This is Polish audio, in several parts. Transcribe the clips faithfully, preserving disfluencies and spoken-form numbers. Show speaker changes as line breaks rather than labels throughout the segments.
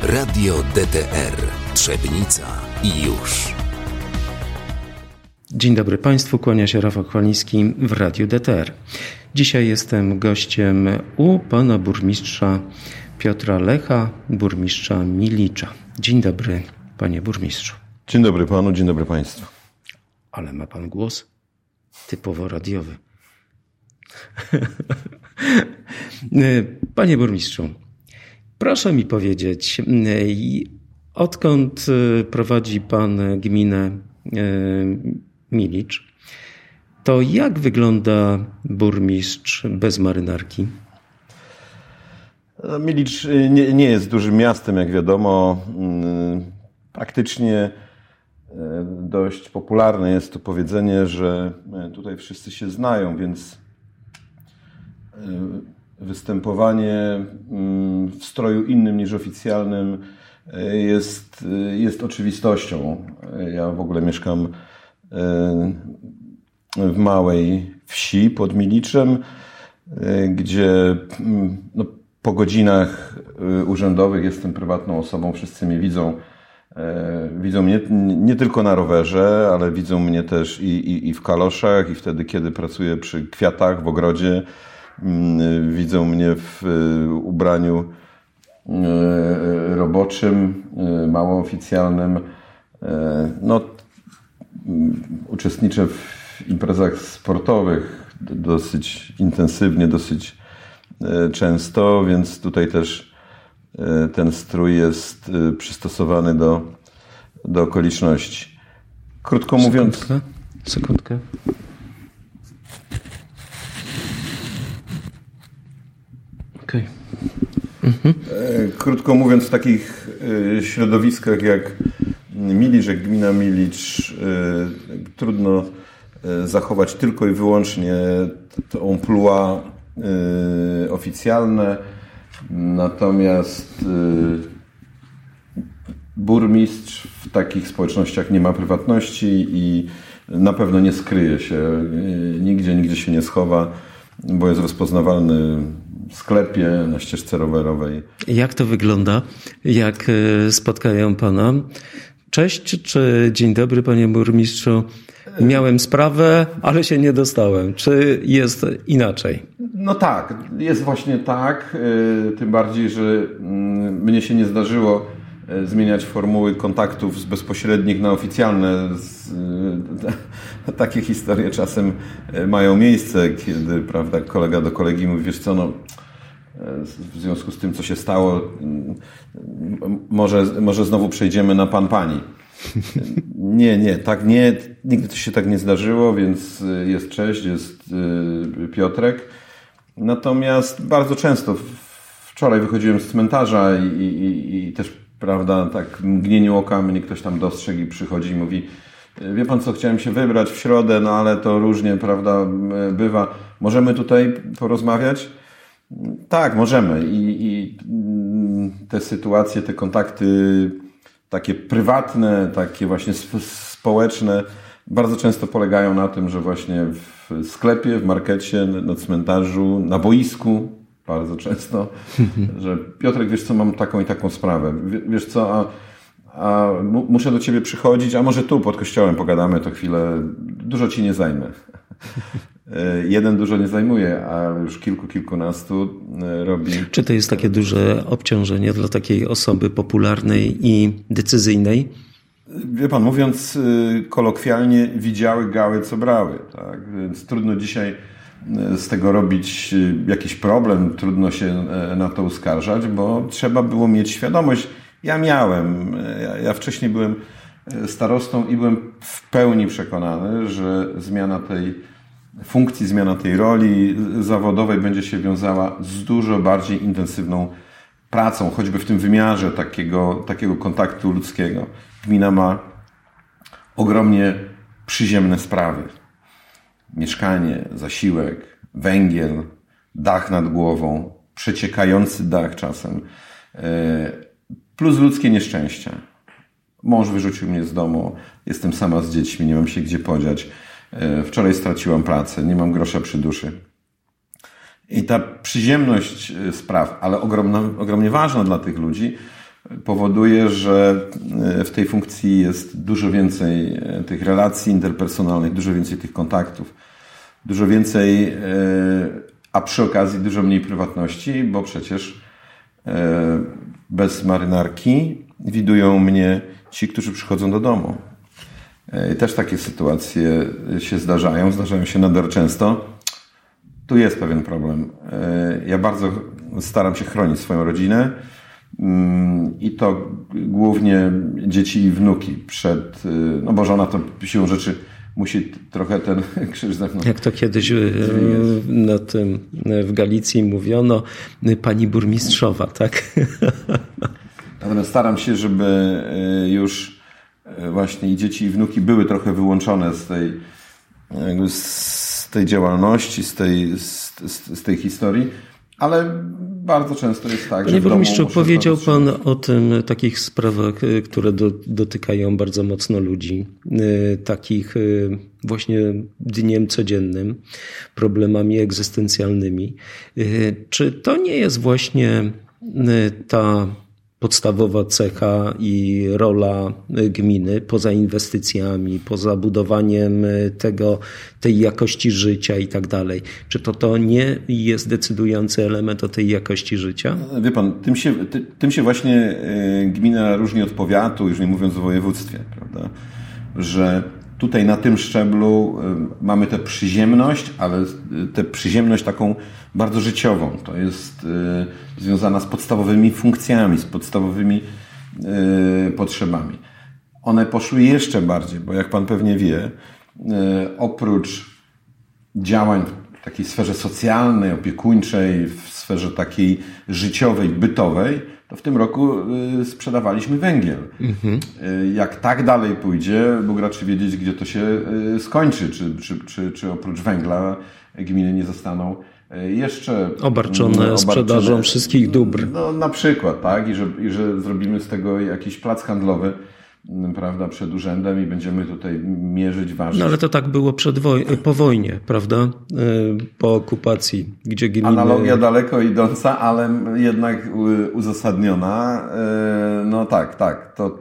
Radio D T R Trzebnica i już.
Dzień dobry Państwu, kłania się Rafał Chwaliński w Radiu D T R. Dzisiaj jestem gościem u pana burmistrza Piotra Lecha, burmistrza Milicza. Dzień dobry, panie burmistrzu.
Dzień dobry panu, dzień dobry państwu.
Ale ma pan głos typowo radiowy. Panie burmistrzu, proszę mi powiedzieć, odkąd prowadzi pan gminę Milicz, to jak wygląda burmistrz bez marynarki?
Milicz nie, nie jest dużym miastem, jak wiadomo. Praktycznie dość popularne jest to powiedzenie, że tutaj wszyscy się znają, więc występowanie w stroju innym niż oficjalnym jest, jest oczywistością. Ja w ogóle mieszkam w małej wsi pod Miliczem, gdzie no, po godzinach urzędowych jestem prywatną osobą, wszyscy mnie widzą. Widzą mnie nie tylko na rowerze, ale widzą mnie też i, i, i w kaloszach, i wtedy, kiedy pracuję przy kwiatach w ogrodzie. Widzą mnie w ubraniu roboczym, mało oficjalnym. No, uczestniczę w imprezach sportowych dosyć intensywnie, dosyć często, więc tutaj też ten strój jest przystosowany do, do okoliczności. Krótko mówiąc...
Sekundkę. Sekundkę. Okej. Mhm.
Krótko mówiąc, w takich środowiskach jak Milicz, jak gmina Milicz, trudno zachować tylko i wyłącznie to emploi oficjalne. Natomiast burmistrz w takich społecznościach nie ma prywatności i na pewno nie skryje się nigdzie, nigdzie się nie schowa, bo jest rozpoznawalny w sklepie, na ścieżce rowerowej.
Jak to wygląda, jak spotkają pana? Cześć, czy dzień dobry, panie burmistrzu. Miałem sprawę, ale się nie dostałem. Czy jest inaczej?
No tak, jest właśnie tak. Tym bardziej, że mnie się nie zdarzyło zmieniać formuły kontaktów z bezpośrednich na oficjalne. Takie historie czasem mają miejsce, kiedy, prawda, kolega do kolegi mówi, wiesz co, no, w związku z tym, co się stało, może, może znowu przejdziemy na pan, pani. Nie, nie, tak nie, nigdy to się tak nie zdarzyło, więc jest cześć, jest Piotrek. Natomiast bardzo często, wczoraj wychodziłem z cmentarza i, i, i też, prawda, tak mgnieniu oka mnie ktoś tam dostrzegł i przychodzi i mówi, wie pan co, chciałem się wybrać w środę, no ale to różnie, prawda, bywa. Możemy tutaj porozmawiać? Tak, możemy. I, i te sytuacje, te kontakty takie prywatne, takie właśnie społeczne bardzo często polegają na tym, że właśnie w sklepie, w markecie, na cmentarzu, na boisku bardzo często, że Piotrek, wiesz co, mam taką i taką sprawę. Wiesz co, a, a muszę do ciebie przychodzić, a może tu pod kościołem pogadamy to chwilę, dużo ci nie zajmę. Jeden dużo nie zajmuje, a już kilku, kilkunastu robi.
Czy to jest takie duże obciążenie dla takiej osoby popularnej i decyzyjnej?
Wie pan, mówiąc kolokwialnie, widziały gały, co brały. Tak? Więc trudno dzisiaj z tego robić jakiś problem, trudno się na to uskarżać, bo trzeba było mieć świadomość. Ja miałem, ja, ja wcześniej byłem starostą i byłem w pełni przekonany, że zmiana tej funkcji, zmiana tej roli zawodowej będzie się wiązała z dużo bardziej intensywną pracą, choćby w tym wymiarze takiego, takiego kontaktu ludzkiego. Gmina ma ogromnie przyziemne sprawy. Mieszkanie, zasiłek, węgiel, dach nad głową, przeciekający dach czasem, plus ludzkie nieszczęścia. Mąż wyrzucił mnie z domu, jestem sama z dziećmi, nie mam się gdzie podziać. Wczoraj straciłam pracę, nie mam grosza przy duszy. I ta przyziemność spraw, ale ogromna, ogromnie ważna dla tych ludzi, powoduje, że w tej funkcji jest dużo więcej tych relacji interpersonalnych, dużo więcej tych kontaktów, dużo więcej, a przy okazji dużo mniej prywatności, bo przecież bez marynarki widują mnie ci, którzy przychodzą do domu. Też takie sytuacje się zdarzają, zdarzają się nader często. Tu jest pewien problem. Ja bardzo staram się chronić swoją rodzinę i to głównie dzieci i wnuki przed, no bo żona to siłą rzeczy musi trochę ten krzyż zamknąć.
Jak to kiedyś na tym, w Galicji mówiono, pani burmistrzowa, tak?
Natomiast staram się, żeby już właśnie i dzieci i wnuki były trochę wyłączone z tej, jakby z tej działalności, z tej, z, z tej historii, ale bardzo często jest tak,
Panie
że
burmistrzu, powiedział Pan o tym, takich sprawach, które do, dotykają bardzo mocno ludzi, takich właśnie dniem codziennym, problemami egzystencjalnymi. Czy to nie jest właśnie ta podstawowa cecha i rola gminy poza inwestycjami, poza budowaniem tego, tej jakości życia i tak dalej? Czy to to nie jest decydujący element o tej jakości życia?
Wie pan, tym się, ty, tym się właśnie gmina różni od powiatu, już nie mówiąc o województwie, prawda? Że tutaj na tym szczeblu mamy tę przyziemność, ale tę przyziemność taką bardzo życiową. To jest y, związana z podstawowymi funkcjami, z podstawowymi y, potrzebami. One poszły jeszcze bardziej, bo jak pan pewnie wie, y, oprócz działań w takiej sferze socjalnej, opiekuńczej, w sferze takiej życiowej, bytowej, to w tym roku y, sprzedawaliśmy węgiel. Mhm. Y, jak tak dalej pójdzie, Bóg raczy wiedzieć, gdzie to się y, skończy, czy, czy, czy, czy oprócz węgla gminy nie zostaną jeszcze
obarczone, obarczone sprzedażą wszystkich dóbr.
No, na przykład, tak? I że, i że zrobimy z tego jakiś plac handlowy, prawda, przed urzędem i będziemy tutaj mierzyć, ważyć.
No ale to tak było przed woj- po wojnie, prawda? Po okupacji, gdzie gminy...
Analogia daleko idąca, ale jednak uzasadniona. No tak, tak. To...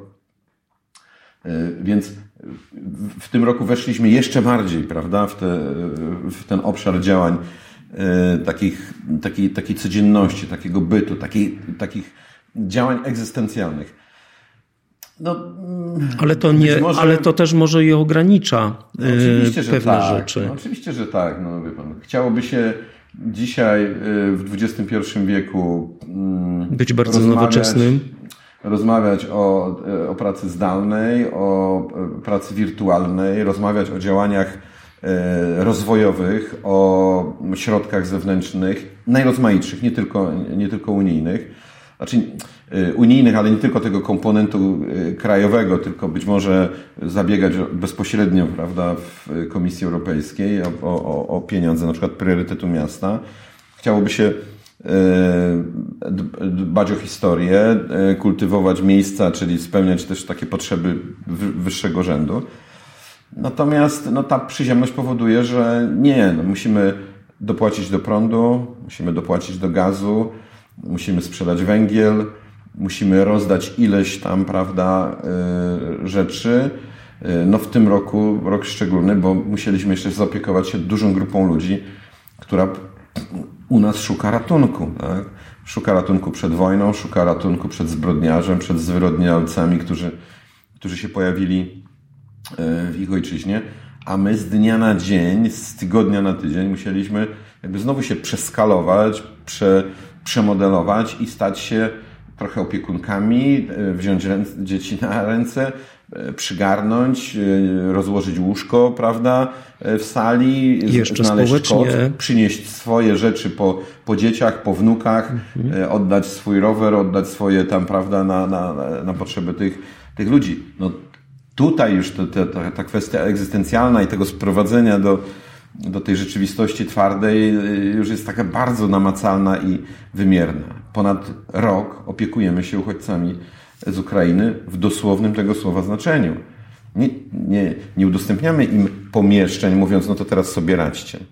Więc w tym roku weszliśmy jeszcze bardziej, prawda, w, te, w ten obszar działań takich, takiej, takiej codzienności, takiego bytu, takiej, takich działań egzystencjalnych. No,
ale, to nie, może... ale to też może i ogranicza no, oczywiście, pewne
tak.
rzeczy.
No, oczywiście, że tak. No, wie pan. Chciałoby się dzisiaj w dwudziestym pierwszym wieku
być bardzo nowoczesnym.
Rozmawiać o, o pracy zdalnej, o pracy wirtualnej, rozmawiać o działaniach rozwojowych, o środkach zewnętrznych, najrozmaitszych, nie tylko, nie tylko unijnych. Znaczy unijnych, ale nie tylko tego komponentu krajowego, tylko być może zabiegać bezpośrednio, prawda, w Komisji Europejskiej o, o, o pieniądze, na przykład priorytetu miasta. Chciałoby się dbać o historię, kultywować miejsca, czyli spełniać też takie potrzeby wyższego rzędu. Natomiast no, ta przyziemność powoduje, że nie, no, musimy dopłacić do prądu, musimy dopłacić do gazu, musimy sprzedać węgiel, musimy rozdać ileś tam, prawda, rzeczy. No w tym roku, rok szczególny, bo musieliśmy jeszcze zaopiekować się dużą grupą ludzi, która u nas szuka ratunku, tak? Szuka ratunku przed wojną, szuka ratunku przed zbrodniarzem, przed zwyrodnialcami, którzy, którzy się pojawili w ich ojczyźnie, a my z dnia na dzień, z tygodnia na tydzień musieliśmy jakby znowu się przeskalować, prze, przemodelować i stać się trochę opiekunkami, wziąć ręce, dzieci na ręce, przygarnąć, rozłożyć łóżko, prawda, w sali,
jeszcze
znaleźć
społecznie
kot, przynieść swoje rzeczy po, po dzieciach, po wnukach, mhm. oddać swój rower, oddać swoje tam, prawda, na, na, na potrzeby tych, tych ludzi. No, tutaj już to, to, to, ta kwestia egzystencjalna i tego sprowadzenia do, do tej rzeczywistości twardej już jest taka bardzo namacalna i wymierna. Ponad rok opiekujemy się uchodźcami z Ukrainy w dosłownym tego słowa znaczeniu. Nie, nie, nie udostępniamy im pomieszczeń, mówiąc, no to teraz sobie radźcie.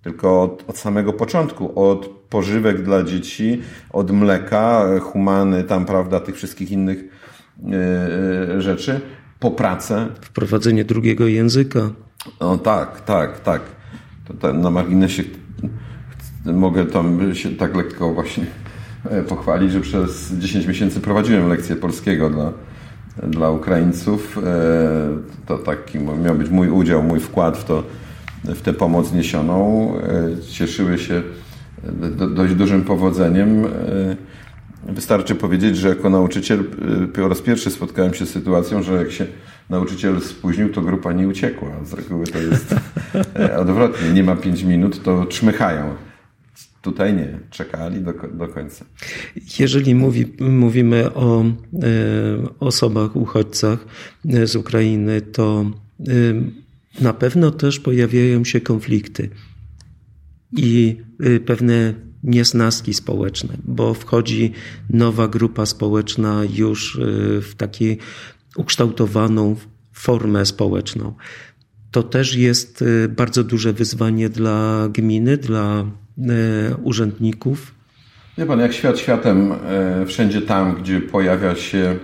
tylko od, od samego początku, od pożywek dla dzieci, od mleka, humany, tam, prawda, tych wszystkich innych yy, rzeczy, po pracę.
Wprowadzenie drugiego języka.
No tak, tak, tak. To, to na marginesie mogę tam się tak lekko właśnie pochwalić, że przez dziesięć miesięcy prowadziłem lekcję polskiego dla, dla Ukraińców. To taki miał być mój udział, mój wkład w to, w tę pomoc niesioną. Cieszyły się do, dość dużym powodzeniem. Wystarczy powiedzieć, że jako nauczyciel po raz pierwszy spotkałem się z sytuacją, że jak się nauczyciel spóźnił, to grupa nie uciekła. Z reguły to jest odwrotnie. Nie ma pięć minut, to czmychają. Tutaj nie. Czekali do, do końca.
Jeżeli mówi, mówimy o e, osobach, uchodźcach z Ukrainy, to e, na pewno też pojawiają się konflikty i e, pewne niesnaski społeczne, bo wchodzi nowa grupa społeczna już w takiej ukształtowaną formę społeczną. To też jest bardzo duże wyzwanie dla gminy, dla urzędników.
Wie pan, jak świat światem, wszędzie tam, gdzie pojawia się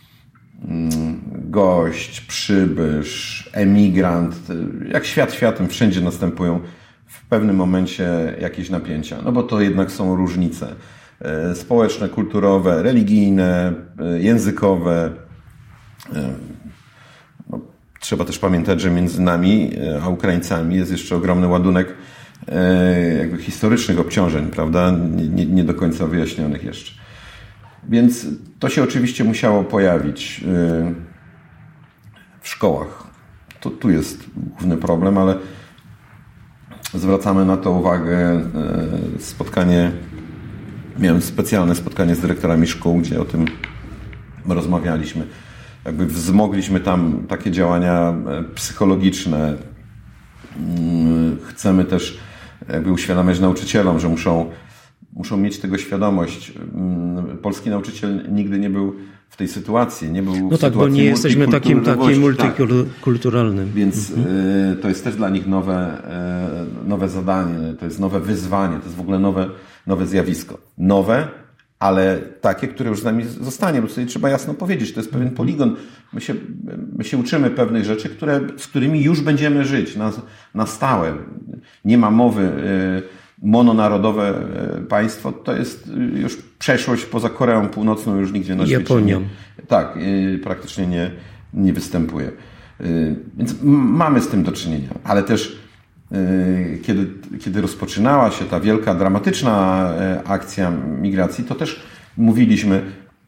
gość, przybysz, emigrant, jak świat światem, wszędzie następują w pewnym momencie jakieś napięcia, no bo to jednak są różnice społeczne, kulturowe, religijne, językowe. No, trzeba też pamiętać, że między nami a Ukraińcami jest jeszcze ogromny ładunek jakby historycznych obciążeń, prawda, nie, nie do końca wyjaśnionych jeszcze. Więc to się oczywiście musiało pojawić w szkołach. To tu jest główny problem, ale zwracamy na to uwagę. Spotkanie, miałem specjalne spotkanie z dyrektorami szkół, gdzie o tym rozmawialiśmy. Jakby wzmogliśmy tam takie działania psychologiczne. Chcemy też jakby uświadamiać nauczycielom, że muszą, muszą mieć tego świadomość. Polski nauczyciel nigdy nie był w tej sytuacji, nie był
no
w
tak, bo nie jesteśmy takim, takim multikulturalnym.
Tak. Więc mhm. to jest też dla nich nowe, nowe zadanie, to jest nowe wyzwanie, to jest w ogóle nowe, nowe zjawisko. Nowe, ale takie, które już z nami zostanie, bo sobie trzeba jasno powiedzieć, to jest pewien poligon. My się, my się uczymy pewnych rzeczy, które, z którymi już będziemy żyć na, na stałe. Nie ma mowy. Mononarodowe państwo to jest już przeszłość poza Koreą Północną, już nigdzie na świecie.
Japonią.
Tak, praktycznie nie, nie występuje. Więc mamy z tym do czynienia, ale też kiedy, kiedy rozpoczynała się ta wielka, dramatyczna akcja migracji, to też mówiliśmy,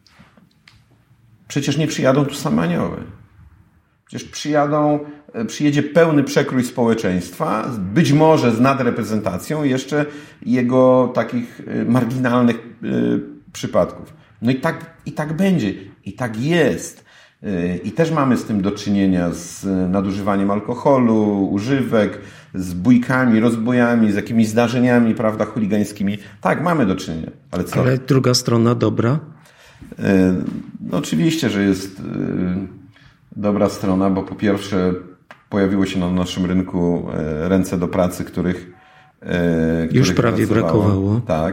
przecież nie przyjadą tu same anioły. Przecież przyjadą, przyjedzie pełny przekrój społeczeństwa, być może z nadreprezentacją jeszcze jego takich marginalnych przypadków. No i tak, i tak będzie. I tak jest. I też mamy z tym do czynienia z nadużywaniem alkoholu, używek, z bójkami, rozbojami, z jakimiś zdarzeniami, prawda, chuligańskimi. Tak, mamy do czynienia. Ale co?
Ale druga strona dobra?
No oczywiście, że jest dobra strona, bo po pierwsze pojawiło się na naszym rynku ręce do pracy, których,
już
których
prawie
pracowało.
brakowało.
Tak.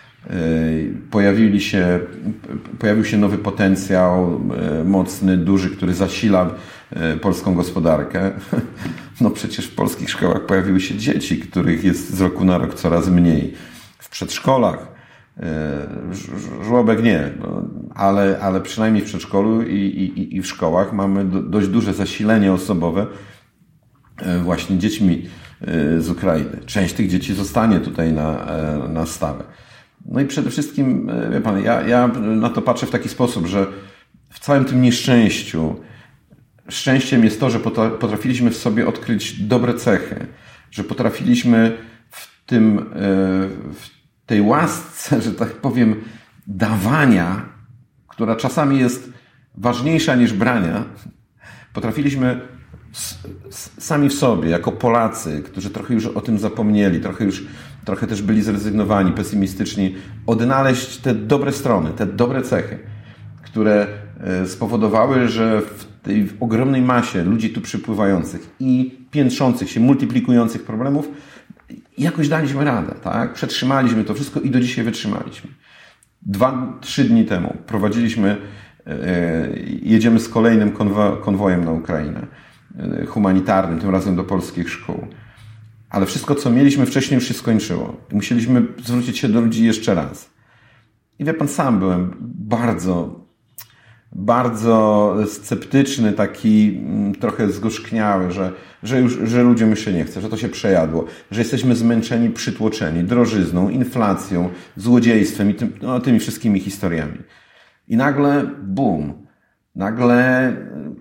Pojawili się, pojawił się nowy potencjał mocny, duży, który zasila polską gospodarkę. No przecież w polskich szkołach pojawiły się dzieci, których jest z roku na rok coraz mniej. W przedszkolach żłobek nie, ale, ale przynajmniej w przedszkolu i, i, i w szkołach mamy do, dość duże zasilenie osobowe właśnie dziećmi z Ukrainy. Część tych dzieci zostanie tutaj na, na stałe. No i przede wszystkim, wie pan, ja, ja na to patrzę w taki sposób, że w całym tym nieszczęściu szczęściem jest to, że potrafiliśmy w sobie odkryć dobre cechy, że potrafiliśmy w tym, w tej łasce, że tak powiem, dawania, która czasami jest ważniejsza niż brania, potrafiliśmy sami w sobie, jako Polacy, którzy trochę już o tym zapomnieli, trochę już trochę też byli zrezygnowani, pesymistyczni, odnaleźć te dobre strony, te dobre cechy, które spowodowały, że w tej ogromnej masie ludzi tu przypływających i piętrzących się, multiplikujących problemów I jakoś daliśmy radę, tak? Przetrzymaliśmy to wszystko i do dzisiaj wytrzymaliśmy. Dwa, trzy dni temu prowadziliśmy, jedziemy z kolejnym konwo- konwojem na Ukrainę, humanitarnym, tym razem do polskich szkół. Ale wszystko, co mieliśmy wcześniej, już się skończyło. Musieliśmy zwrócić się do ludzi jeszcze raz. I wie pan, sam byłem bardzo, bardzo sceptyczny, taki trochę zgorzkniały, że, że, już, że ludziom już się nie chce, że to się przejadło, że jesteśmy zmęczeni, przytłoczeni drożyzną, inflacją, złodziejstwem i tym, no, tymi wszystkimi historiami. I nagle bum, nagle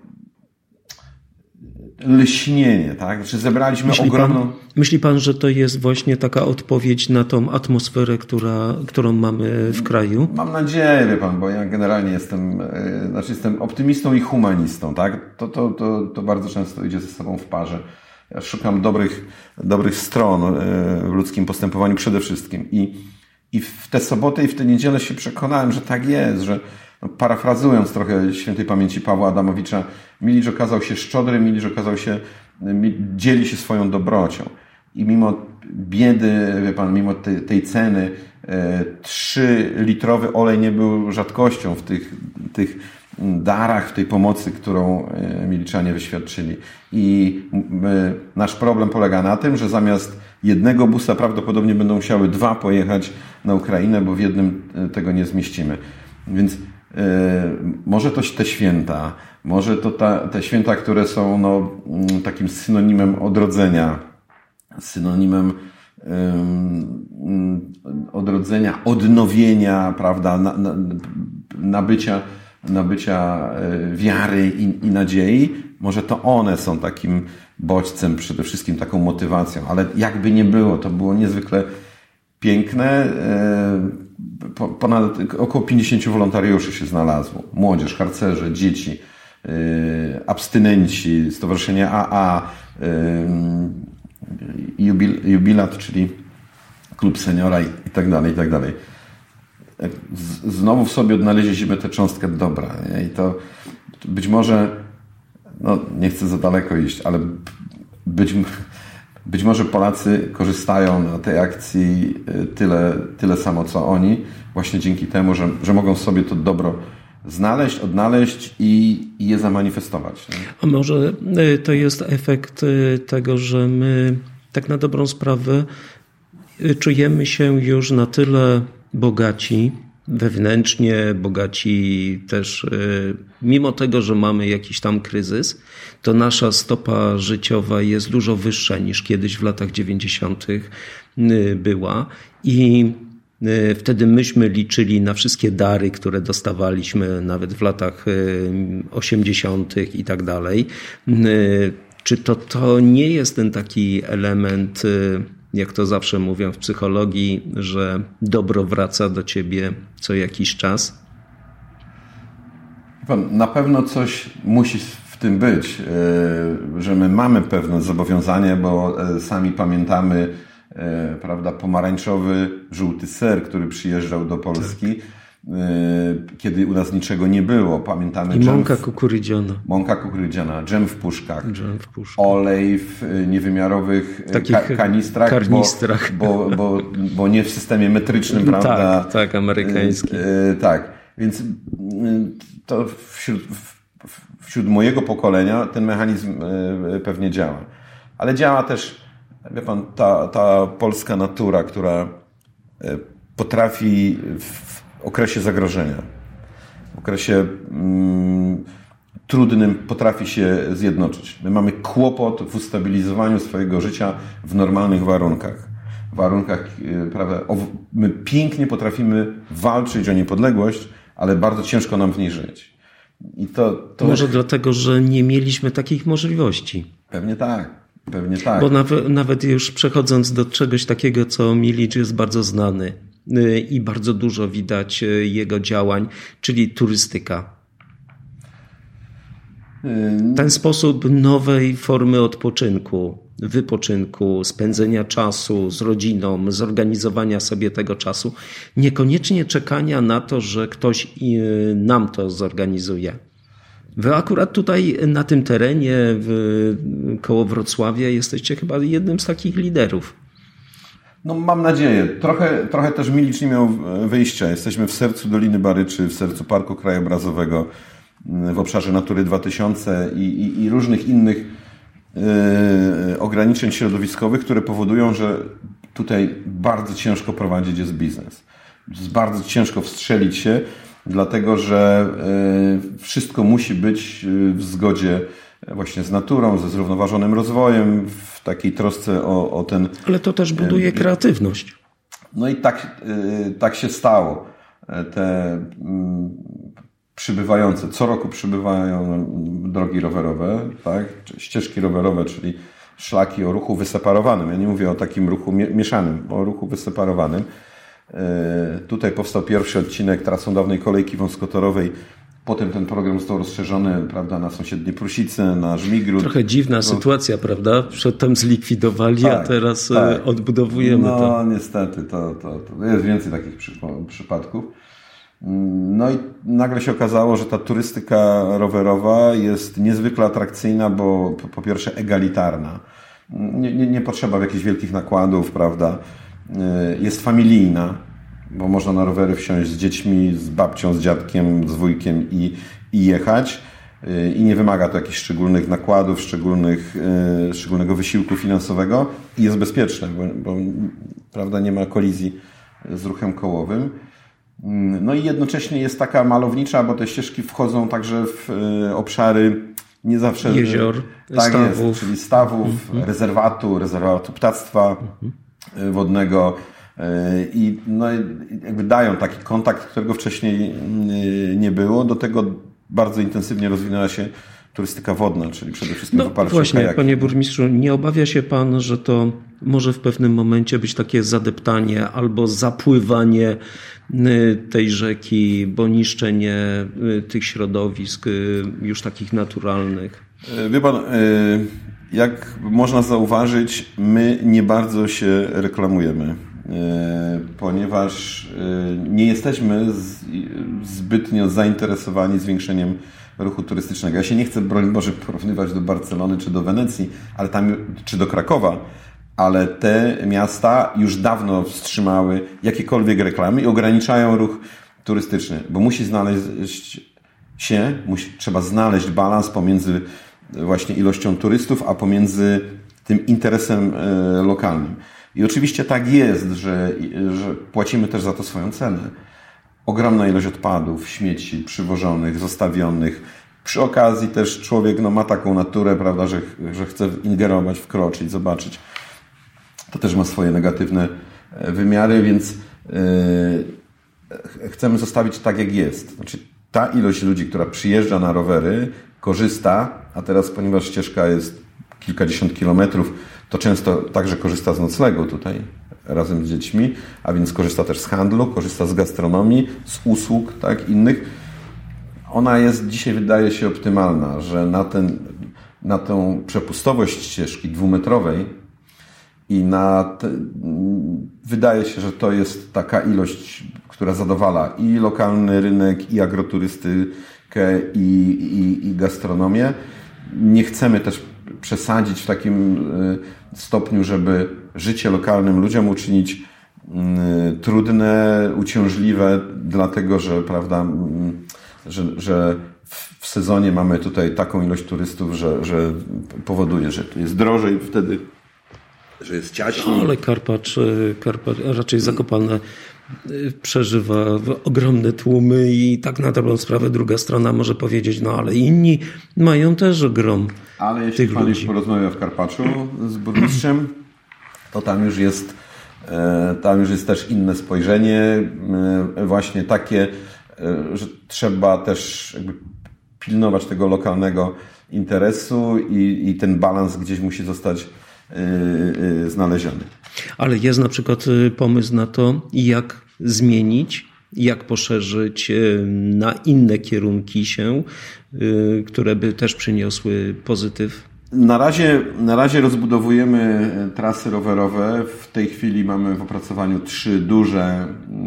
lśnienie, tak? Znaczy zebraliśmy
myśli
ogromną...
Pan, myśli pan, że to jest właśnie taka odpowiedź na tą atmosferę, która, którą mamy w kraju?
Mam nadzieję, wie pan, bo ja generalnie jestem, znaczy jestem optymistą i humanistą, tak? To, to, to, to bardzo często idzie ze sobą w parze. Ja szukam dobrych, dobrych stron w ludzkim postępowaniu przede wszystkim. I, i w tę sobotę i w tę niedzielę się przekonałem, że tak jest, że no, parafrazując trochę świętej pamięci Pawła Adamowicza, Milicz okazał się szczodry, Milicz okazał się, dzieli się swoją dobrocią. I mimo biedy, wie pan, mimo tej, tej ceny, trzylitrowy olej nie był rzadkością w tych, tych darach, w tej pomocy, którą Miliczanie wyświadczyli. I nasz problem polega na tym, że zamiast jednego busa prawdopodobnie będą musiały dwa pojechać na Ukrainę, bo w jednym tego nie zmieścimy. Więc może to te święta, może to ta, te święta, które są no, takim synonimem odrodzenia, synonimem um, odrodzenia, odnowienia, prawda, na, na, nabycia, nabycia wiary i, i nadziei, może to one są takim bodźcem, przede wszystkim taką motywacją, ale jakby nie było, to było niezwykle piękne. Ponad około pięćdziesięciu wolontariuszy się znalazło. Młodzież, harcerze, dzieci, abstynenci, Stowarzyszenie A A, Jubilat, czyli klub seniora i tak dalej, i tak dalej. Znowu w sobie odnaleźliśmy tę cząstkę dobra. Nie? I to być może, no nie chcę za daleko iść, ale być, być może Polacy korzystają na tej akcji tyle, tyle samo co oni, właśnie dzięki temu, że, że mogą sobie to dobro znaleźć, odnaleźć i, i je zamanifestować. Nie?
A może to jest efekt tego, że my tak na dobrą sprawę czujemy się już na tyle bogaci, wewnętrznie bogaci też, mimo tego, że mamy jakiś tam kryzys, to nasza stopa życiowa jest dużo wyższa niż kiedyś w latach dziewięćdziesiątych była i wtedy myśmy liczyli na wszystkie dary, które dostawaliśmy nawet w latach osiemdziesiątych i tak dalej. Czy to, to nie jest ten taki element, jak to zawsze mówią w psychologii, że dobro wraca do ciebie co jakiś czas?
Na pewno coś musi w tym być, że my mamy pewne zobowiązanie, bo sami pamiętamy, prawda, pomarańczowy, żółty ser, który przyjeżdżał do Polski, tak. Kiedy u nas niczego nie było. Pamiętamy
I mąka w, kukurydziana.
Mąka kukurydziana, dżem w puszkach,
dżem w puszkach.
Olej w niewymiarowych ka- kanistrach,
karnistrach.
Bo, bo, bo, bo nie w systemie metrycznym, prawda?
Tak, tak, amerykański.
Tak, więc to wśród, wśród mojego pokolenia ten mechanizm pewnie działa. Ale działa też, wie pan, ta, ta polska natura, która potrafi w okresie zagrożenia, w okresie mm, trudnym potrafi się zjednoczyć. My mamy kłopot w ustabilizowaniu swojego życia w normalnych warunkach. W warunkach, prawda, o, my pięknie potrafimy walczyć o niepodległość, ale bardzo ciężko nam w niej żyć. I to, to...
Może dlatego, że nie mieliśmy takich możliwości.
Pewnie tak. Pewnie tak.
Bo nawet, nawet już przechodząc do czegoś takiego, co Milicz jest bardzo znany i bardzo dużo widać jego działań, czyli turystyka. Ten sposób nowej formy odpoczynku, wypoczynku, spędzenia czasu z rodziną, zorganizowania sobie tego czasu, niekoniecznie czekania na to, że ktoś nam to zorganizuje. Wy akurat tutaj na tym terenie w, koło Wrocławia jesteście chyba jednym z takich liderów.
No mam nadzieję. Trochę, trochę też Milicz nie miał wyjścia. Jesteśmy w sercu Doliny Baryczy, w sercu Parku Krajobrazowego, w obszarze Natury dwa tysiące i, i, i różnych innych yy, ograniczeń środowiskowych, które powodują, że tutaj bardzo ciężko prowadzić jest biznes. Jest bardzo ciężko wstrzelić się, dlatego że yy, wszystko musi być w zgodzie właśnie z naturą, ze zrównoważonym rozwojem, w takiej trosce o, o ten...
Ale to też buduje kreatywność.
No i tak, tak się stało. Te przybywające, co roku przybywają drogi rowerowe, tak? Ścieżki rowerowe, czyli szlaki o ruchu wyseparowanym. Ja nie mówię o takim ruchu mieszanym, o ruchu wyseparowanym. Tutaj powstał pierwszy odcinek trasą dawnej kolejki wąskotorowej. Potem ten program został rozszerzony, prawda, na sąsiednie Prusice, na Żmigród.
Trochę dziwna no. sytuacja, prawda? Przedtem zlikwidowali, tak, a teraz tak. odbudowujemy
no,
to.
No niestety, to, to, to jest więcej takich przypadków. No i nagle się okazało, że ta turystyka rowerowa jest niezwykle atrakcyjna, bo po pierwsze egalitarna. Nie, nie, nie potrzeba jakichś wielkich nakładów, prawda? Jest familijna, bo można na rowery wsiąść z dziećmi, z babcią, z dziadkiem, z wujkiem i, i jechać. I nie wymaga to jakichś szczególnych nakładów, szczególnych, szczególnego wysiłku finansowego i jest bezpieczne, bo, bo prawda, nie ma kolizji z ruchem kołowym. No i jednocześnie jest taka malownicza, bo te ścieżki wchodzą także w obszary nie zawsze...
Jezior,
tak
stawów.
Jest, czyli stawów, mhm. rezerwatu, rezerwatu ptactwa mhm. wodnego. I no, jakby dają taki kontakt, którego wcześniej nie było. Do tego bardzo intensywnie rozwinęła się turystyka wodna, czyli przede wszystkim
no,
w oparciu
właśnie,
o kajaki.
Panie burmistrzu, nie obawia się pan, że to może w pewnym momencie być takie zadeptanie albo zapływanie tej rzeki, bo niszczenie tych środowisk już takich naturalnych?
Wie pan, jak można zauważyć, my nie bardzo się reklamujemy, ponieważ nie jesteśmy zbytnio zainteresowani zwiększeniem ruchu turystycznego. Ja się nie chcę, broń Boże, porównywać do Barcelony czy do Wenecji, ale tam, czy do Krakowa, ale te miasta już dawno wstrzymały jakiekolwiek reklamy i ograniczają ruch turystyczny, bo musi znaleźć się, musi, trzeba znaleźć balans pomiędzy właśnie ilością turystów, a pomiędzy tym interesem e, lokalnym. I oczywiście tak jest, że, że płacimy też za to swoją cenę. Ogromna ilość odpadów, śmieci przywożonych, zostawionych. Przy okazji też człowiek no, ma taką naturę, prawda, że, że chce ingerować, wkroczyć, zobaczyć. To też ma swoje negatywne wymiary, więc yy, chcemy zostawić tak, jak jest. Znaczy, ta ilość ludzi, która przyjeżdża na rowery, korzysta, a teraz, ponieważ ścieżka jest kilkadziesiąt kilometrów, to często także korzysta z noclegu tutaj razem z dziećmi, a więc korzysta też z handlu, korzysta z gastronomii, z usług, tak, innych. Ona jest dzisiaj, wydaje się, optymalna, że na, ten, na tę przepustowość ścieżki dwumetrowej i na te, wydaje się, że to jest taka ilość, która zadowala i lokalny rynek, i agroturystykę, i, i, i gastronomię. Nie chcemy też przesadzić w takim stopniu, żeby życie lokalnym ludziom uczynić trudne, uciążliwe, dlatego że, prawda, że, że w sezonie mamy tutaj taką ilość turystów, że, że powoduje, że tu jest drożej wtedy, że jest ciaśniej.
Ale Karpacz, Karpacz raczej Zakopane przeżywa ogromne tłumy i tak na dobrą sprawę druga strona może powiedzieć, no ale inni mają też grom
ale jeśli
tych
pan
ludzi.
już porozmawia w Karpaczu z burmistrzem, to tam już jest tam już jest też inne spojrzenie, właśnie takie, że trzeba też jakby pilnować tego lokalnego interesu i, i ten balans gdzieś musi zostać znaleziony.
Ale jest na przykład pomysł na to, jak zmienić, jak poszerzyć na inne kierunki się, które by też przyniosły pozytyw?
Na razie, na razie rozbudowujemy trasy rowerowe. W tej chwili mamy w opracowaniu trzy duże.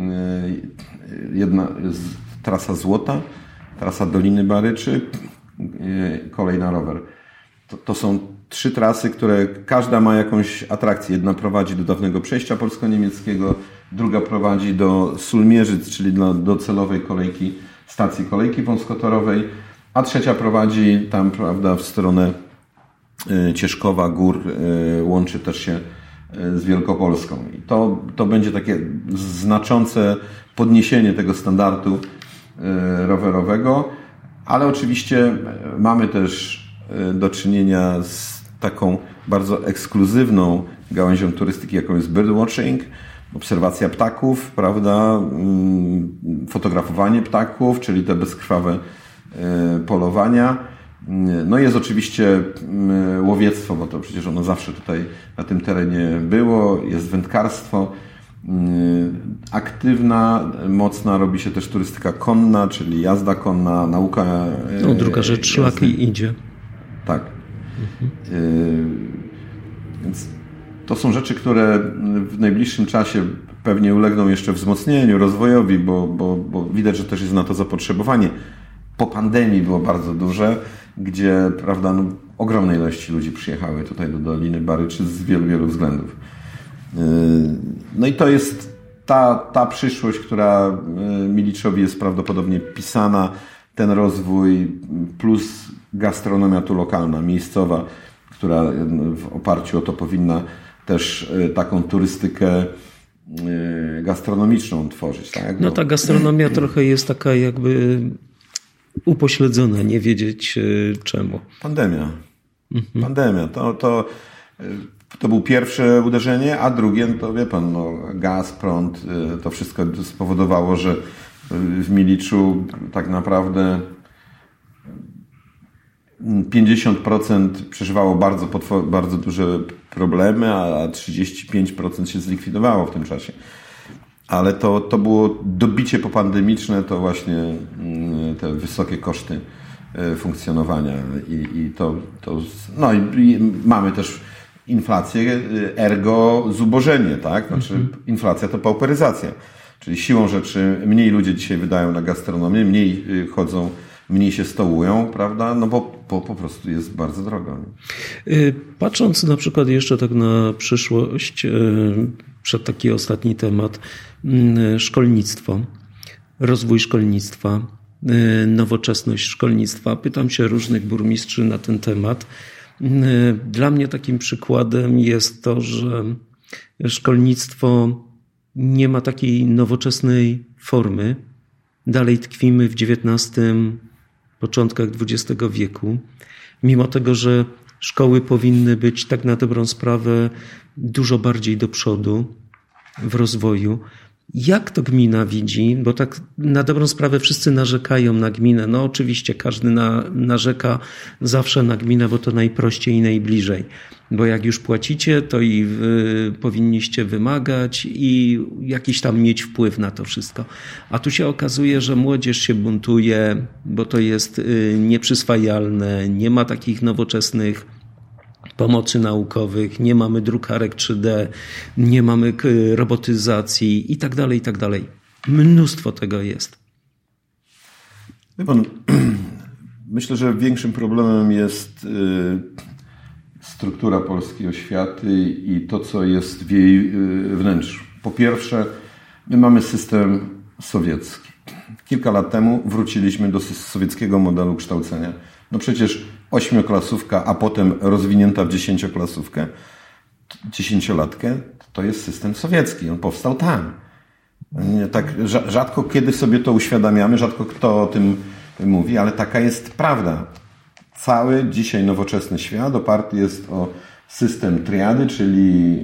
Jedna jest trasa Złota, trasa Doliny Baryczy, kolej na rower. To, to są trzy trasy, które każda ma jakąś atrakcję. Jedna prowadzi do dawnego przejścia polsko-niemieckiego, druga prowadzi do Sulmierzyc, czyli do docelowej kolejki, stacji kolejki wąskotorowej, a trzecia prowadzi tam, prawda, w stronę Cieszkowa, gór, łączy też się z Wielkopolską. I to, to będzie takie znaczące podniesienie tego standardu rowerowego, ale oczywiście mamy też do czynienia z taką bardzo ekskluzywną gałęzią turystyki, jaką jest birdwatching, obserwacja ptaków, prawda, fotografowanie ptaków, czyli te bezkrwawe polowania. No jest oczywiście łowiectwo, bo to przecież ono zawsze tutaj na tym terenie było, jest wędkarstwo. Aktywna, mocna robi się też turystyka konna, czyli jazda konna, nauka.
No, druga rzecz, szlaki idzie.
Tak. Mhm. Więc to są rzeczy, które w najbliższym czasie pewnie ulegną jeszcze wzmocnieniu, rozwojowi, bo, bo, bo widać, że też jest na to zapotrzebowanie. Po pandemii było bardzo duże, gdzie, prawda, no, ogromne ilości ludzi przyjechały tutaj do Doliny Baryczy z wielu, wielu względów. No i to jest ta, ta przyszłość, która Miliczowi jest prawdopodobnie pisana, ten rozwój plus gastronomia tu lokalna, miejscowa, która w oparciu o to powinna też taką turystykę gastronomiczną tworzyć. Tak?
No ta gastronomia trochę jest taka jakby upośledzona, nie wiedzieć czemu.
Pandemia. Mhm. Pandemia. To, to, to było pierwsze uderzenie, a drugie, to wie pan, no, gaz, prąd, to wszystko spowodowało, że w Miliczu tak naprawdę pięćdziesiąt procent przeżywało bardzo, bardzo duże problemy, a trzydzieści pięć procent się zlikwidowało w tym czasie. Ale to, to było dobicie popandemiczne, to właśnie te wysokie koszty funkcjonowania i, i to, to no i, i mamy też inflację, ergo zubożenie, tak? Znaczy mm-hmm. inflacja to pauperyzacja, czyli siłą rzeczy mniej ludzie dzisiaj wydają na gastronomię, mniej chodzą, mniej się stołują, prawda? No bo, bo po prostu jest bardzo drogo.
Patrząc na przykład jeszcze tak na przyszłość, przed taki ostatni temat, szkolnictwo, rozwój szkolnictwa, nowoczesność szkolnictwa. Pytam się różnych burmistrzów na ten temat. Dla mnie takim przykładem jest to, że szkolnictwo nie ma takiej nowoczesnej formy. Dalej tkwimy w dziewiętnastym, początkach dwudziestego wieku. Mimo tego, że szkoły powinny być tak na dobrą sprawę dużo bardziej do przodu w rozwoju. Jak to gmina widzi? Bo tak na dobrą sprawę wszyscy narzekają na gminę. No oczywiście każdy na, narzeka zawsze na gminę, bo to najprościej i najbliżej. Bo jak już płacicie, to i wy powinniście wymagać i jakiś tam mieć wpływ na to wszystko. A tu się okazuje, że młodzież się buntuje, bo to jest nieprzyswajalne, nie ma takich nowoczesnych pomocy naukowych, nie mamy drukarek trzy D, nie mamy robotyzacji i tak dalej, i tak dalej. Mnóstwo tego jest.
Wie pan, myślę, że większym problemem jest struktura polskiej oświaty i to, co jest w jej wnętrzu. Po pierwsze, my mamy system sowiecki. Kilka lat temu wróciliśmy do sowieckiego modelu kształcenia. No przecież ośmioklasówka, a potem rozwinięta w dziesięcioklasówkę, dziesięciolatkę, to jest system sowiecki. On powstał tam. Tak rzadko kiedy sobie to uświadamiamy, rzadko kto o tym mówi, ale taka jest prawda. Cały dzisiaj nowoczesny świat oparty jest o system triady, czyli,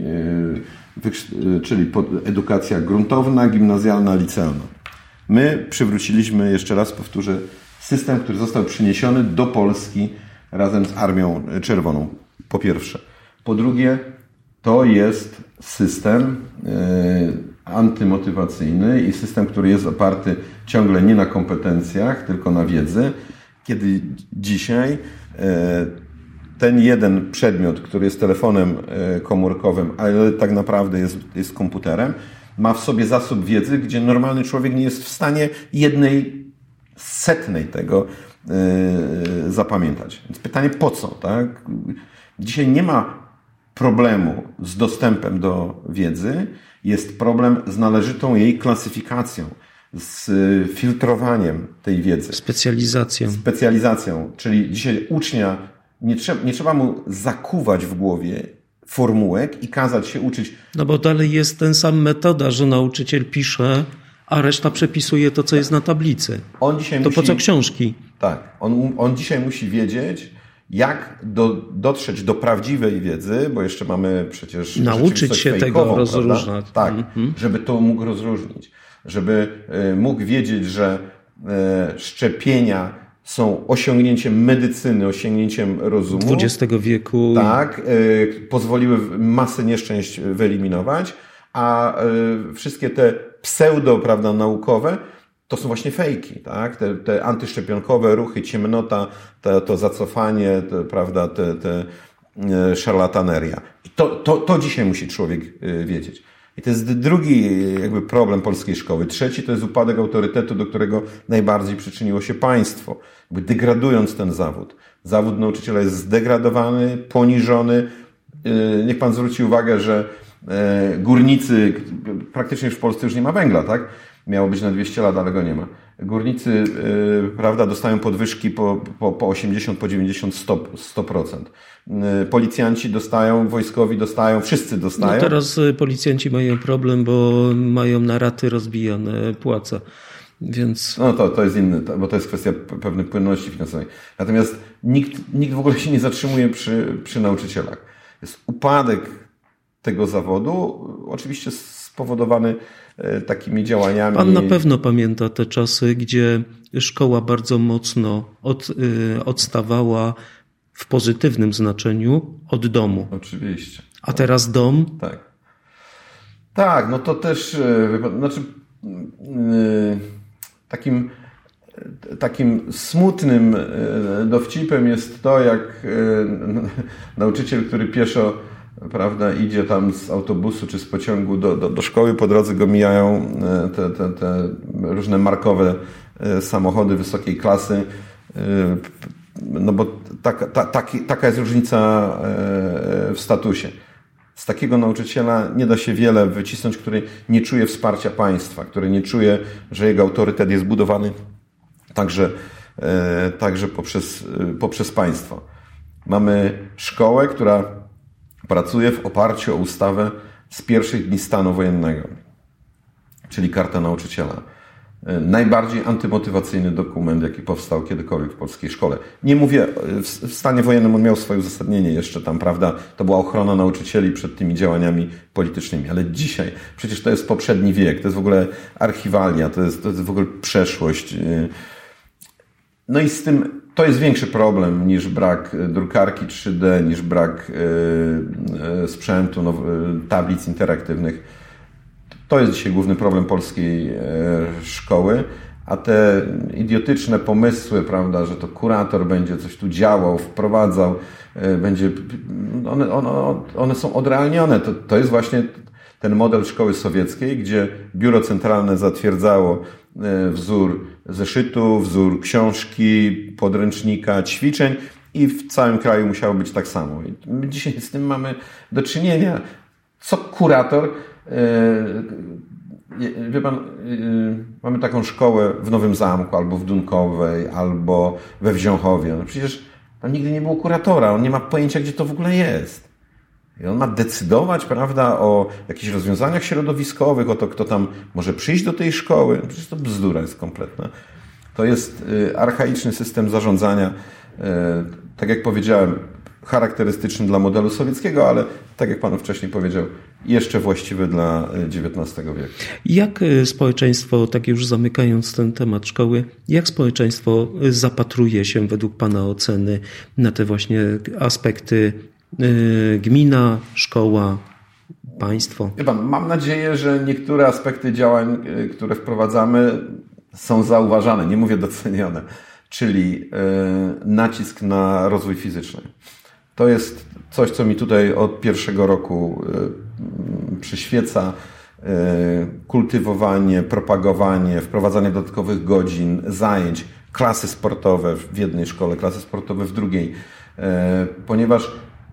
czyli edukacja gruntowna, gimnazjalna, licealna. My przywróciliśmy, jeszcze raz powtórzę, system, który został przyniesiony do Polski razem z Armią Czerwoną. Po pierwsze. Po drugie, to jest system antymotywacyjny i system, który jest oparty ciągle nie na kompetencjach, tylko na wiedzy, kiedy dzisiaj ten jeden przedmiot, który jest telefonem komórkowym, ale tak naprawdę jest, jest komputerem, ma w sobie zasób wiedzy, gdzie normalny człowiek nie jest w stanie jednej setnej tego zapamiętać. Więc pytanie, po co, tak? Dzisiaj nie ma problemu z dostępem do wiedzy, jest problem z należytą jej klasyfikacją, z filtrowaniem tej wiedzy.
Specjalizacją.
Specjalizacją, czyli dzisiaj ucznia nie trzeba, nie trzeba mu zakuwać w głowie formułek i kazać się uczyć.
No bo dalej jest ten sam metoda, że nauczyciel pisze, a reszta przepisuje to, co jest na tablicy.
On dzisiaj
to
musi,
po co książki?
Tak. On, on dzisiaj musi wiedzieć, jak do, dotrzeć do prawdziwej wiedzy, bo jeszcze mamy przecież
nauczyć się tego rozróżniać.
Tak, mm-hmm. żeby to mógł rozróżnić. Żeby y, mógł wiedzieć, że y, szczepienia są osiągnięciem medycyny, osiągnięciem rozumu.
dwudziestego wieku.
Tak, y, pozwoliły masę nieszczęść wyeliminować, a y, wszystkie te pseudo, prawda, naukowe to są właśnie fejki, tak? Te, te antyszczepionkowe ruchy, ciemnota, te, to zacofanie, te, prawda, te, te y, szarlataneria. I to, to, to dzisiaj musi człowiek y, wiedzieć. I to jest drugi jakby problem polskiej szkoły. Trzeci to jest upadek autorytetu, do którego najbardziej przyczyniło się państwo, jakby degradując ten zawód. Zawód nauczyciela jest zdegradowany, poniżony. Niech pan zwróci uwagę, że górnicy, praktycznie już w Polsce już nie ma węgla, tak? Miało być na dwieście lat, ale go nie ma. Górnicy, prawda, dostają podwyżki po, po, po osiemdziesiąt, po dziewięćdziesiąt, sto procent. Policjanci dostają, wojskowi dostają, wszyscy dostają.
No teraz policjanci mają problem, bo mają na raty rozbijane płace. Więc...
No to, to jest inny, bo to jest kwestia pewnej płynności finansowej. Natomiast nikt, nikt w ogóle się nie zatrzymuje przy, przy nauczycielach. Jest upadek tego zawodu, oczywiście spowodowany takimi działaniami.
Pan na pewno pamięta te czasy, gdzie szkoła bardzo mocno od, odstawała w pozytywnym znaczeniu od domu.
Oczywiście.
A teraz dom?
Tak. Tak, no to też, znaczy takim, takim smutnym dowcipem jest to, jak nauczyciel, który pieszo, prawda, idzie tam z autobusu czy z pociągu do, do, do szkoły, po drodze go mijają te, te, te różne markowe samochody wysokiej klasy, no bo taka, ta, taki, taka jest różnica w statusie. Z takiego nauczyciela nie da się wiele wycisnąć, który nie czuje wsparcia państwa, który nie czuje, że jego autorytet jest budowany także, także poprzez, poprzez państwo. Mamy szkołę, która pracuje w oparciu o ustawę z pierwszych dni stanu wojennego, czyli Karta Nauczyciela. Najbardziej antymotywacyjny dokument, jaki powstał kiedykolwiek w polskiej szkole. Nie mówię, w stanie wojennym on miał swoje uzasadnienie jeszcze tam, prawda, to była ochrona nauczycieli przed tymi działaniami politycznymi, ale dzisiaj, przecież to jest poprzedni wiek, to jest w ogóle archiwalia, to jest, to jest w ogóle przeszłość. No i z tym, to jest większy problem niż brak drukarki trzy D, niż brak sprzętu, no, tablic interaktywnych. To jest dzisiaj główny problem polskiej szkoły, a te idiotyczne pomysły, prawda, że to kurator będzie coś tu działał, wprowadzał, będzie, one, one, one są odrealnione. To, to jest właśnie ten model szkoły sowieckiej, gdzie biuro centralne zatwierdzało wzór zeszytu, wzór książki, podręcznika, ćwiczeń i w całym kraju musiało być tak samo. I my dzisiaj z tym mamy do czynienia. Co kurator... Wie pan, mamy taką szkołę w Nowym Zamku, albo w Dunkowej, albo we Wziąchowie. No przecież tam nigdy nie było kuratora, on nie ma pojęcia, gdzie to w ogóle jest. I on ma decydować, prawda, o jakichś rozwiązaniach środowiskowych, o to, kto tam może przyjść do tej szkoły. No przecież to bzdura jest kompletna. To jest archaiczny system zarządzania, tak jak powiedziałem, charakterystyczny dla modelu sowieckiego, ale tak jak Pan wcześniej powiedział, jeszcze właściwy dla dziewiętnastego wieku.
Jak społeczeństwo, tak już zamykając ten temat szkoły, jak społeczeństwo zapatruje się według Pana oceny na te właśnie aspekty gmina, szkoła, państwo?
Wie Pan, mam nadzieję, że niektóre aspekty działań, które wprowadzamy, są zauważane, nie mówię docenione, czyli nacisk na rozwój fizyczny. To jest coś, co mi tutaj od pierwszego roku przyświeca. Kultywowanie, propagowanie, wprowadzanie dodatkowych godzin, zajęć, klasy sportowe w jednej szkole, klasy sportowe w drugiej. Ponieważ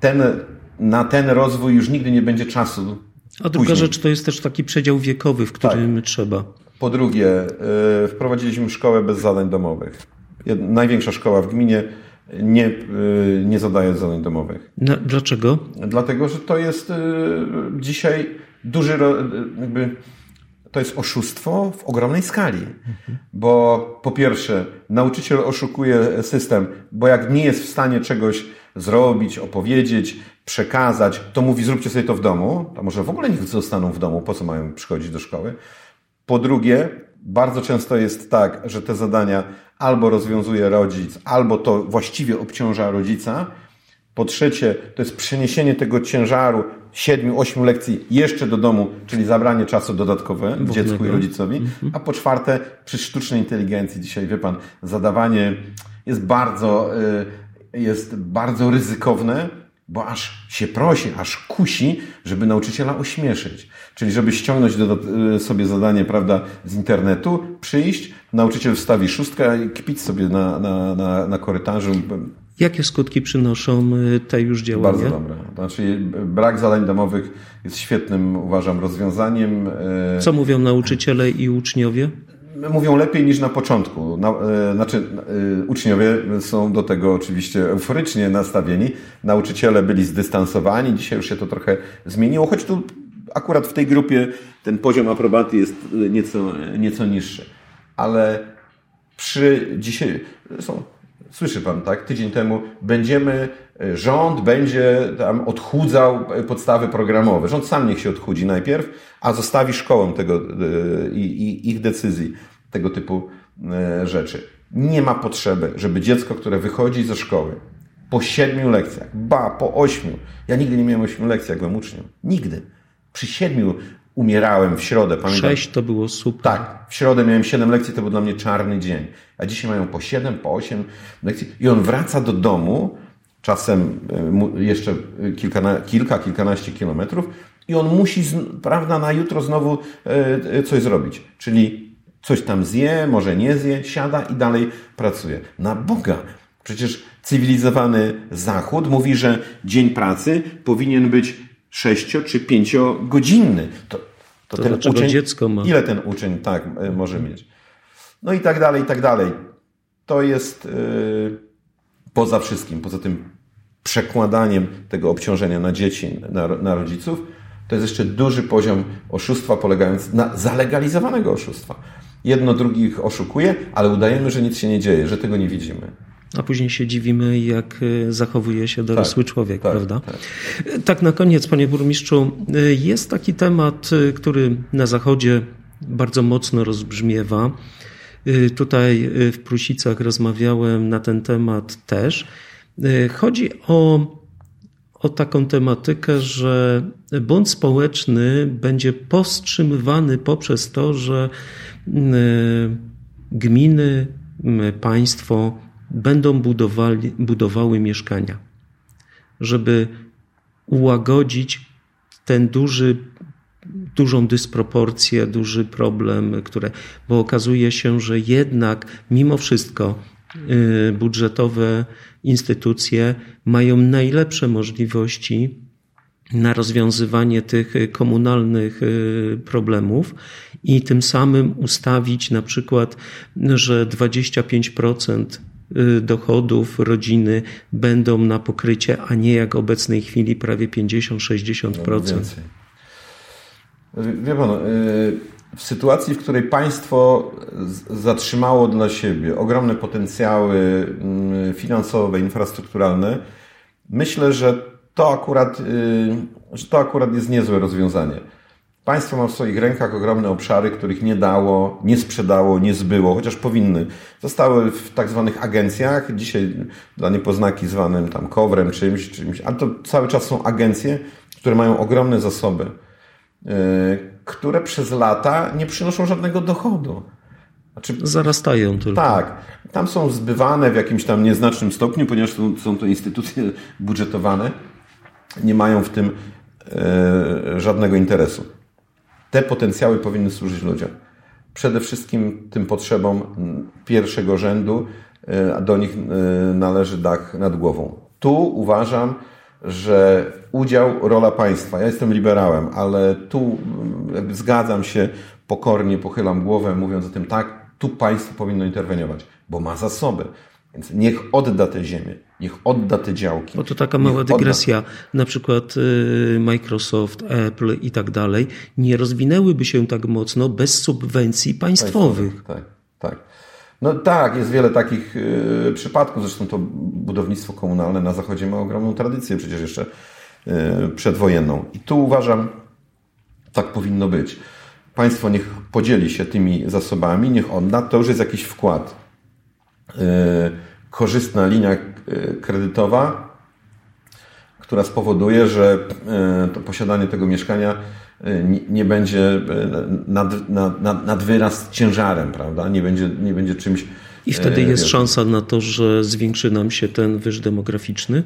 ten, na ten rozwój już nigdy nie będzie czasu.
A druga później. rzecz to jest też taki przedział wiekowy, w którym tak. trzeba.
Po drugie, yy, wprowadziliśmy szkołę bez zadań domowych. Jed, największa szkoła w gminie nie, yy, nie zadaje zadań domowych.
No, dlaczego?
Dlatego, że to jest yy, dzisiaj duży, yy, jakby, to jest oszustwo w ogromnej skali. Mhm. Bo po pierwsze, nauczyciel oszukuje system, bo jak nie jest w stanie czegoś zrobić, opowiedzieć, przekazać, to mówi zróbcie sobie to w domu, a może w ogóle niech zostaną w domu, po co mają przychodzić do szkoły. Po drugie, bardzo często jest tak, że te zadania albo rozwiązuje rodzic, albo to właściwie obciąża rodzica. Po trzecie, to jest przeniesienie tego ciężaru siedmiu, ośmiu lekcji jeszcze do domu, czyli zabranie czasu dodatkowe dziecku i rodzicowi. Mhm. A po czwarte, przy sztucznej inteligencji dzisiaj, wie pan, zadawanie jest bardzo, jest bardzo ryzykowne, bo aż się prosi, aż kusi, żeby nauczyciela ośmieszyć. Czyli żeby ściągnąć do, sobie zadanie, prawda, z internetu, przyjść, nauczyciel wstawi szóstkę i kpić sobie na, na, na, na korytarzu.
Jakie skutki przynoszą te już działania?
Bardzo dobre. Znaczy, brak zadań domowych jest świetnym, uważam, rozwiązaniem.
Co mówią nauczyciele i uczniowie?
Mówią lepiej niż na początku. Znaczy, uczniowie są do tego oczywiście euforycznie nastawieni. Nauczyciele byli zdystansowani. Dzisiaj już się to trochę zmieniło, choć tu akurat w tej grupie ten poziom aprobaty jest nieco, nieco niższy. Ale przy dzisiaj... Są, słyszy pan, tak? Tydzień temu będziemy... Rząd będzie tam odchudzał podstawy programowe. Rząd sam niech się odchudzi najpierw, a zostawi szkołom tego i, i ich decyzji tego typu rzeczy. Nie ma potrzeby, żeby dziecko, które wychodzi ze szkoły po siedmiu lekcjach, ba, po ośmiu. Ja nigdy nie miałem ośmiu lekcji, jak byłem uczniem. Nigdy. Przy siedmiu umierałem w środę. Pamiętam?
Sześć to było super.
Tak. W środę miałem siedem lekcji, to był dla mnie czarny dzień. A dzisiaj mają po siedem, po osiem lekcji. I on wraca do domu, czasem jeszcze kilka, kilka kilkanaście kilometrów i on musi, prawda, na jutro znowu coś zrobić. Czyli coś tam zje, może nie zje, siada i dalej pracuje. Na Boga! Przecież cywilizowany Zachód mówi, że dzień pracy powinien być sześcio- czy pięciogodzinny. To,
to, to ten uczeń, dziecko ma?
Ile ten uczeń tak może mieć? No i tak dalej, i tak dalej. To jest yy, poza wszystkim, poza tym przekładaniem tego obciążenia na dzieci, na, na rodziców, to jest jeszcze duży poziom oszustwa polegający na zalegalizowanego oszustwa. Jedno drugich oszukuje, ale udajemy, że nic się nie dzieje, że tego nie widzimy.
A później się dziwimy, jak zachowuje się dorosły tak, człowiek,
tak,
prawda?
Tak.
tak na koniec, panie burmistrzu, jest taki temat, który na Zachodzie bardzo mocno rozbrzmiewa. Tutaj w Prusicach rozmawiałem na ten temat też. Chodzi o, o taką tematykę, że bunt społeczny będzie powstrzymywany poprzez to, że gminy, państwo będą budowali, budowały mieszkania, żeby ułagodzić ten duży, dużą dysproporcję, duży problem, które, bo okazuje się, że jednak mimo wszystko budżetowe instytucje mają najlepsze możliwości na rozwiązywanie tych komunalnych problemów i tym samym ustawić na przykład, że dwadzieścia pięć procent dochodów rodziny będą na pokrycie, a nie jak w obecnej chwili prawie pięćdziesiąt do sześćdziesięciu procent.
Wie pan, w sytuacji, w której państwo zatrzymało dla siebie ogromne potencjały finansowe, infrastrukturalne, myślę, że to akurat, że to akurat jest niezłe rozwiązanie. Państwo ma w swoich rękach ogromne obszary, których nie dało, nie sprzedało, nie zbyło, chociaż powinny. Zostały w tak zwanych agencjach, dzisiaj dla niepoznaki zwanym tam kowrem, czymś, czymś, ale to cały czas są agencje, które mają ogromne zasoby, yy, które przez lata nie przynoszą żadnego dochodu. Znaczy,
zarastają tylko.
Tak. Tam są zbywane w jakimś tam nieznacznym stopniu, ponieważ są, są to instytucje budżetowane, nie mają w tym yy, żadnego interesu. Te potencjały powinny służyć ludziom. Przede wszystkim tym potrzebom pierwszego rzędu, a do nich należy dach nad głową. Tu uważam, że udział, rola państwa. Ja jestem liberałem, ale tu jakby zgadzam się, pokornie pochylam głowę, mówiąc o tym tak, tu państwo powinno interweniować, bo ma zasoby. Więc niech odda tę ziemię, niech odda te działki.
Bo to taka mała dygresja. Na przykład Microsoft, Apple i tak dalej nie rozwinęłyby się tak mocno bez subwencji państwowych.
Tak, tak. No tak, jest wiele takich y, przypadków. Zresztą to budownictwo komunalne na Zachodzie ma ogromną tradycję, przecież jeszcze y, przedwojenną. I tu uważam, tak powinno być. Państwo niech podzieli się tymi zasobami, niech odda. To już jest jakiś wkład. Y, korzystna linia kredytowa, która spowoduje, że y, to posiadanie tego mieszkania nie, nie będzie nad, nad, nad, nad wyraz ciężarem, prawda? Nie będzie, nie będzie czymś...
I wtedy jest wiesz, szansa na to, że zwiększy nam się ten wyż demograficzny?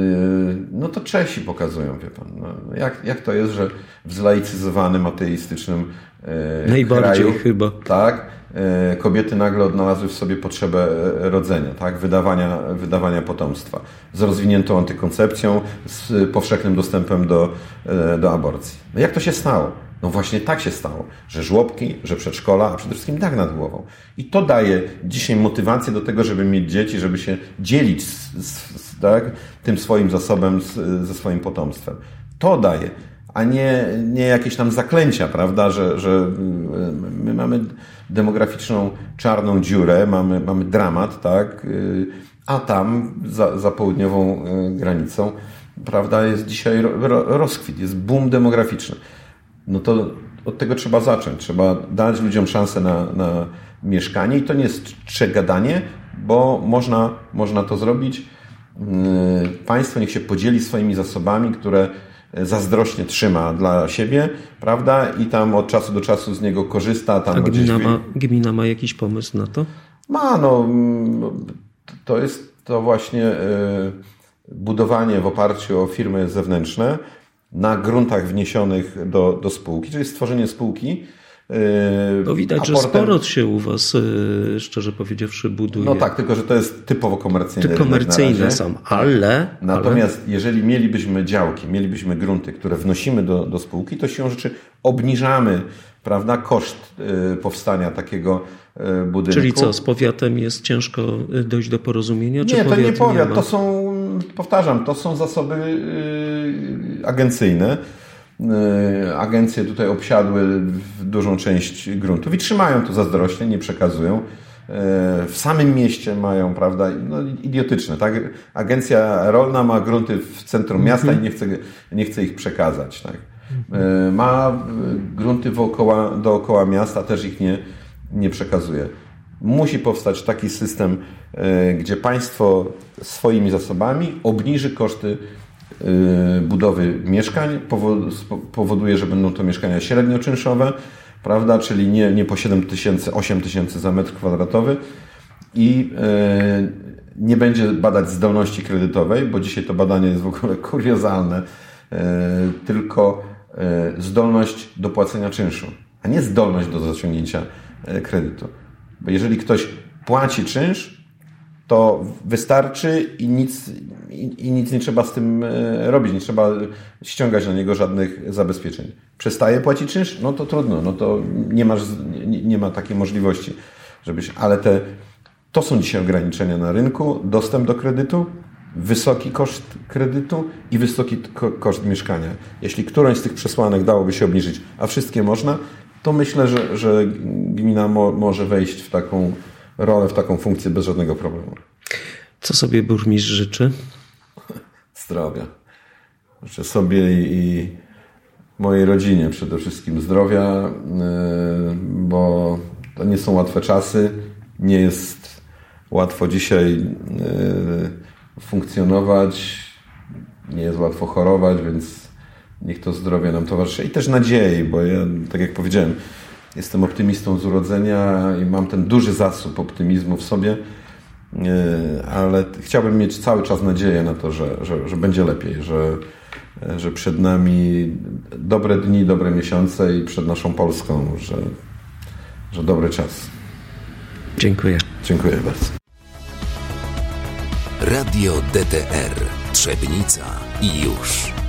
No to Czesi pokazują, wie pan. No, jak, jak to jest, że w zlaicyzowanym, ateistycznym
Najbardziej
kraju,
chyba.
Tak, kobiety nagle odnalazły w sobie potrzebę rodzenia, tak, wydawania, wydawania potomstwa. Z rozwiniętą antykoncepcją, z powszechnym dostępem do, do aborcji. No jak to się stało? No właśnie tak się stało, że żłobki, że przedszkola, a przede wszystkim dach nad głową. I to daje dzisiaj motywację do tego, żeby mieć dzieci, żeby się dzielić z, z, z, tak, tym swoim zasobem, z, ze swoim potomstwem. To daje, a nie, nie jakieś tam zaklęcia, prawda, że, że my mamy demograficzną czarną dziurę, mamy, mamy dramat, tak, a tam za, za południową granicą, prawda, jest dzisiaj ro, rozkwit, jest boom demograficzny. No to od tego trzeba zacząć. Trzeba dać ludziom szansę na, na mieszkanie i to nie jest przegadanie, bo można, można to zrobić. Państwo niech się podzieli swoimi zasobami, które zazdrośnie trzyma dla siebie, prawda? I tam od czasu do czasu z niego korzysta. Tam
A gmina ma, gmina ma jakiś pomysł na to?
Ma, no. To jest to właśnie budowanie w oparciu o firmy zewnętrzne na gruntach wniesionych do, do spółki, czyli stworzenie spółki.
To widać, aportem... że sporo się u was, szczerze powiedziawszy, buduje.
No tak, tylko że to jest typowo komercyjne.
Ty komercyjne są, ale...
Natomiast
ale...
jeżeli mielibyśmy działki, mielibyśmy grunty, które wnosimy do, do spółki, to siłą rzeczy obniżamy, prawda, koszt powstania takiego budynku.
Czyli co, z powiatem jest ciężko dojść do porozumienia? Czy
nie, to nie powiat,
nie
to są, powtarzam, to są zasoby agencyjne. Agencje tutaj obsiadły dużą część gruntów i trzymają to zazdrośnie, nie przekazują. W samym mieście mają, prawda, no idiotyczne, tak? Agencja rolna ma grunty w centrum miasta i nie chce, nie chce ich przekazać, tak? Ma grunty dookoła, dookoła miasta, też ich nie, nie przekazuje. Musi powstać taki system, gdzie państwo swoimi zasobami obniży koszty budowy mieszkań, powoduje, że będą to mieszkania średnioczynszowe, prawda, czyli nie, nie po siedem tysięcy, osiem tysięcy za metr kwadratowy i nie będzie badać zdolności kredytowej, bo dzisiaj to badanie jest w ogóle kuriozalne, tylko zdolność do płacenia czynszu, a nie zdolność do zaciągnięcia kredytu. Bo jeżeli ktoś płaci czynsz, to wystarczy i nic, i, i nic nie trzeba z tym robić, nie trzeba ściągać na niego żadnych zabezpieczeń. Przestaje płacić czynsz? No to trudno, no to nie, masz, nie, nie ma takiej możliwości, żebyś, ale te, to są dzisiaj ograniczenia na rynku, dostęp do kredytu, wysoki koszt kredytu i wysoki koszt mieszkania. Jeśli którąś z tych przesłanek dałoby się obniżyć, a wszystkie można, to myślę, że, że gmina mo, może wejść w taką rolę, w taką funkcję bez żadnego problemu.
Co sobie burmistrz życzy?
Zdrowia. Życzę sobie i, i mojej rodzinie przede wszystkim zdrowia, bo to nie są łatwe czasy. Nie jest łatwo dzisiaj funkcjonować. Nie jest łatwo chorować, więc niech to zdrowie nam towarzyszy. I też nadziei, bo ja, tak jak powiedziałem, jestem optymistą z urodzenia i mam ten duży zasób optymizmu w sobie, ale chciałbym mieć cały czas nadzieję na to, że, że, że będzie lepiej, że, że przed nami dobre dni, dobre miesiące i przed naszą Polską, że, że dobry czas.
Dziękuję.
Dziękuję bardzo.
Radio D T R Trzebnica i już.